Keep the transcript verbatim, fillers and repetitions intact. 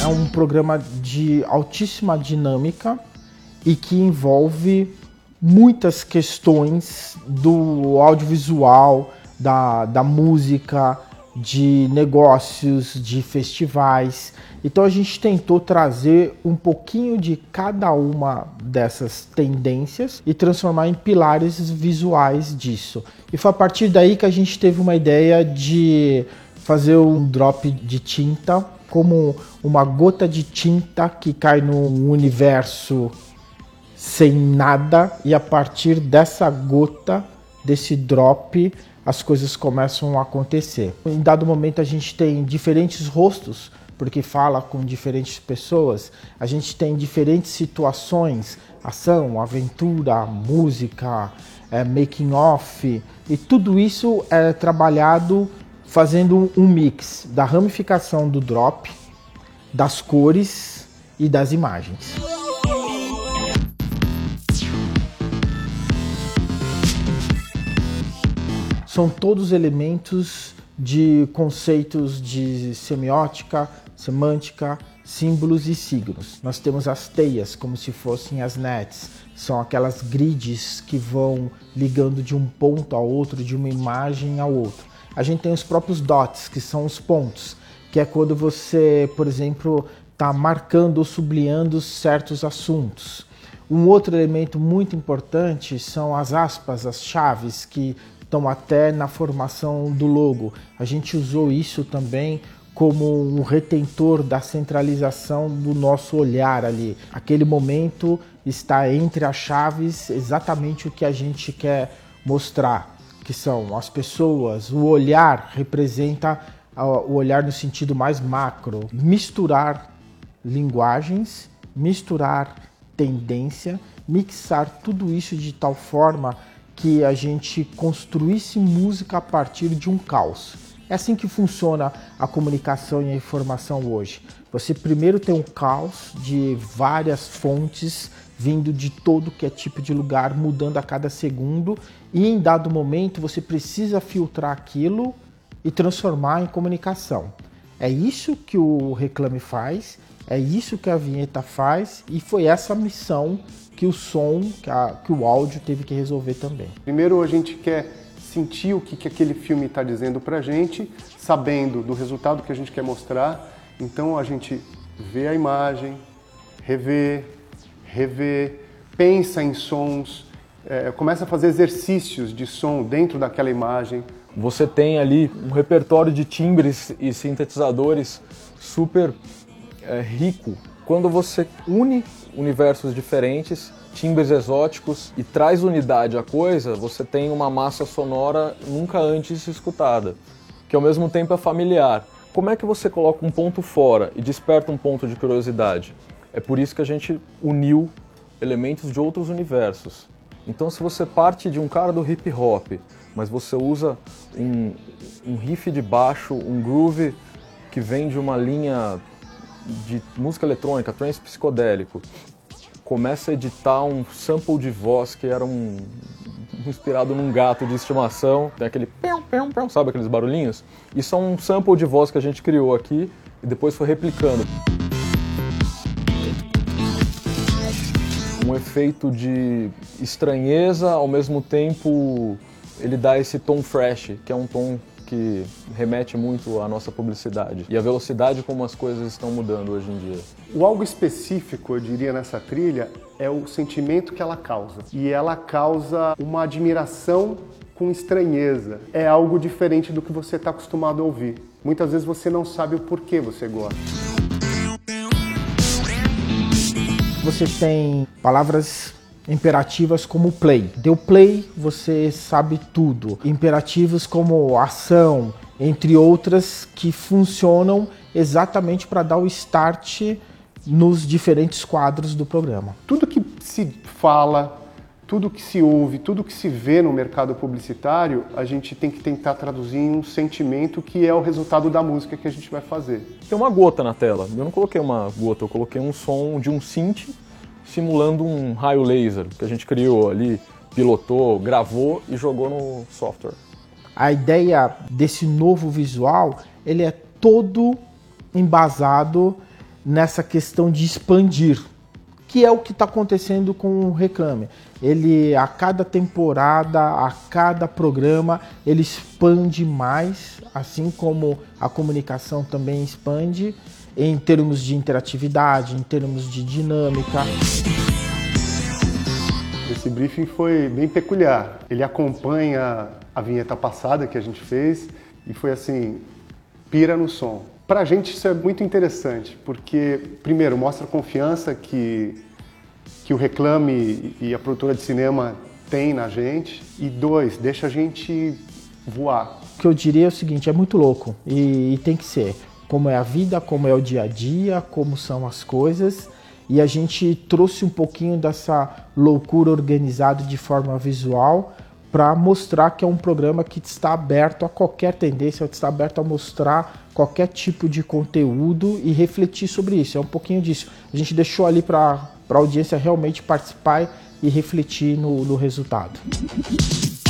É um programa de altíssima dinâmica e que envolve muitas questões do audiovisual, da, da música, de negócios, de festivais. Então a gente tentou trazer um pouquinho de cada uma dessas tendências e transformar em pilares visuais disso. E foi a partir daí que a gente teve uma ideia de fazer um drop de tinta como uma gota de tinta que cai num universo sem nada, e a partir dessa gota, desse drop, as coisas começam a acontecer. Em dado momento a gente tem diferentes rostos, porque fala com diferentes pessoas, a gente tem diferentes situações, ação, aventura, música, é, making off, e tudo isso é trabalhado fazendo um mix da ramificação do drop, das cores e das imagens. São todos elementos de conceitos de semiótica, semântica, símbolos e signos. Nós temos as teias, como se fossem as nets. São aquelas grids que vão ligando de um ponto ao outro, de uma imagem ao outro. A gente tem os próprios dots, que são os pontos, que é quando você, por exemplo, está marcando ou sublinhando certos assuntos. Um outro elemento muito importante são as aspas, as chaves, que estão até na formação do logo. A gente usou isso também como um retentor da centralização do nosso olhar ali. Aquele momento está entre as chaves exatamente o que a gente quer mostrar, que são as pessoas. O olhar representa o olhar no sentido mais macro. Misturar linguagens, misturar tendência, mixar tudo isso de tal forma que a gente construísse música a partir de um caos. É assim que funciona a comunicação e a informação hoje. Você primeiro tem um caos de várias fontes vindo de todo que é tipo de lugar, mudando a cada segundo, e em dado momento você precisa filtrar aquilo e transformar em comunicação. É isso que o Reclame faz, é isso que a vinheta faz, e foi essa missão que o som, que, a, que o áudio teve que resolver também. Primeiro a gente quer sentir o que, que aquele filme está dizendo pra gente, sabendo do resultado que a gente quer mostrar. Então a gente vê a imagem, revê, revê, pensa em sons, é, começa a fazer exercícios de som dentro daquela imagem. Você tem ali um repertório de timbres e sintetizadores super é, rico. Quando você une universos diferentes, timbres exóticos e traz unidade à coisa, você tem uma massa sonora nunca antes escutada, que ao mesmo tempo é familiar. Como é que você coloca um ponto fora e desperta um ponto de curiosidade? É por isso que a gente uniu elementos de outros universos. Então, se você parte de um cara do hip hop, mas você usa um, um riff de baixo, um groove que vem de uma linha de música eletrônica, trance psicodélico, começa a editar um sample de voz que era um inspirado num gato de estimação, tem aquele piu, piu, piu, sabe aqueles barulhinhos? Isso é um sample de voz que a gente criou aqui e depois foi replicando. Um efeito de estranheza, ao mesmo tempo ele dá esse tom fresh, que é um tom que remete muito à nossa publicidade e a velocidade como as coisas estão mudando hoje em dia. O algo específico, eu diria, nessa trilha é o sentimento que ela causa. E ela causa uma admiração com estranheza. É algo diferente do que você está acostumado a ouvir. Muitas vezes você não sabe o porquê você gosta. Você tem palavras imperativas como play. Deu play, você sabe tudo. Imperativos como ação, entre outras, que funcionam exatamente para dar o start nos diferentes quadros do programa. Tudo que se fala, tudo que se ouve, tudo que se vê no mercado publicitário, a gente tem que tentar traduzir em um sentimento que é o resultado da música que a gente vai fazer. Tem uma gota na tela. Eu não coloquei uma gota, eu coloquei um som de um synth simulando um raio laser que a gente criou ali, pilotou, gravou e jogou no software. A ideia desse novo visual, ele é todo embasado nessa questão de expandir, que é o que está acontecendo com o Reclame. Ele, a cada temporada, a cada programa, ele expande mais, assim como a comunicação também expande, em termos de interatividade, em termos de dinâmica. Esse briefing foi bem peculiar. Ele acompanha a vinheta passada que a gente fez e foi assim, pira no som. Pra gente isso é muito interessante, porque, primeiro, mostra a confiança que, que o Reclame e a produtora de cinema tem na gente, e dois, deixa a gente voar. O que eu diria é o seguinte, é muito louco, e, e tem que ser. Como é a vida, como é o dia a dia, como são as coisas, e a gente trouxe um pouquinho dessa loucura organizada de forma visual para mostrar que é um programa que está aberto a qualquer tendência, que está aberto a mostrar qualquer tipo de conteúdo e refletir sobre isso. É um pouquinho disso. A gente deixou ali para a audiência realmente participar e refletir no, no resultado.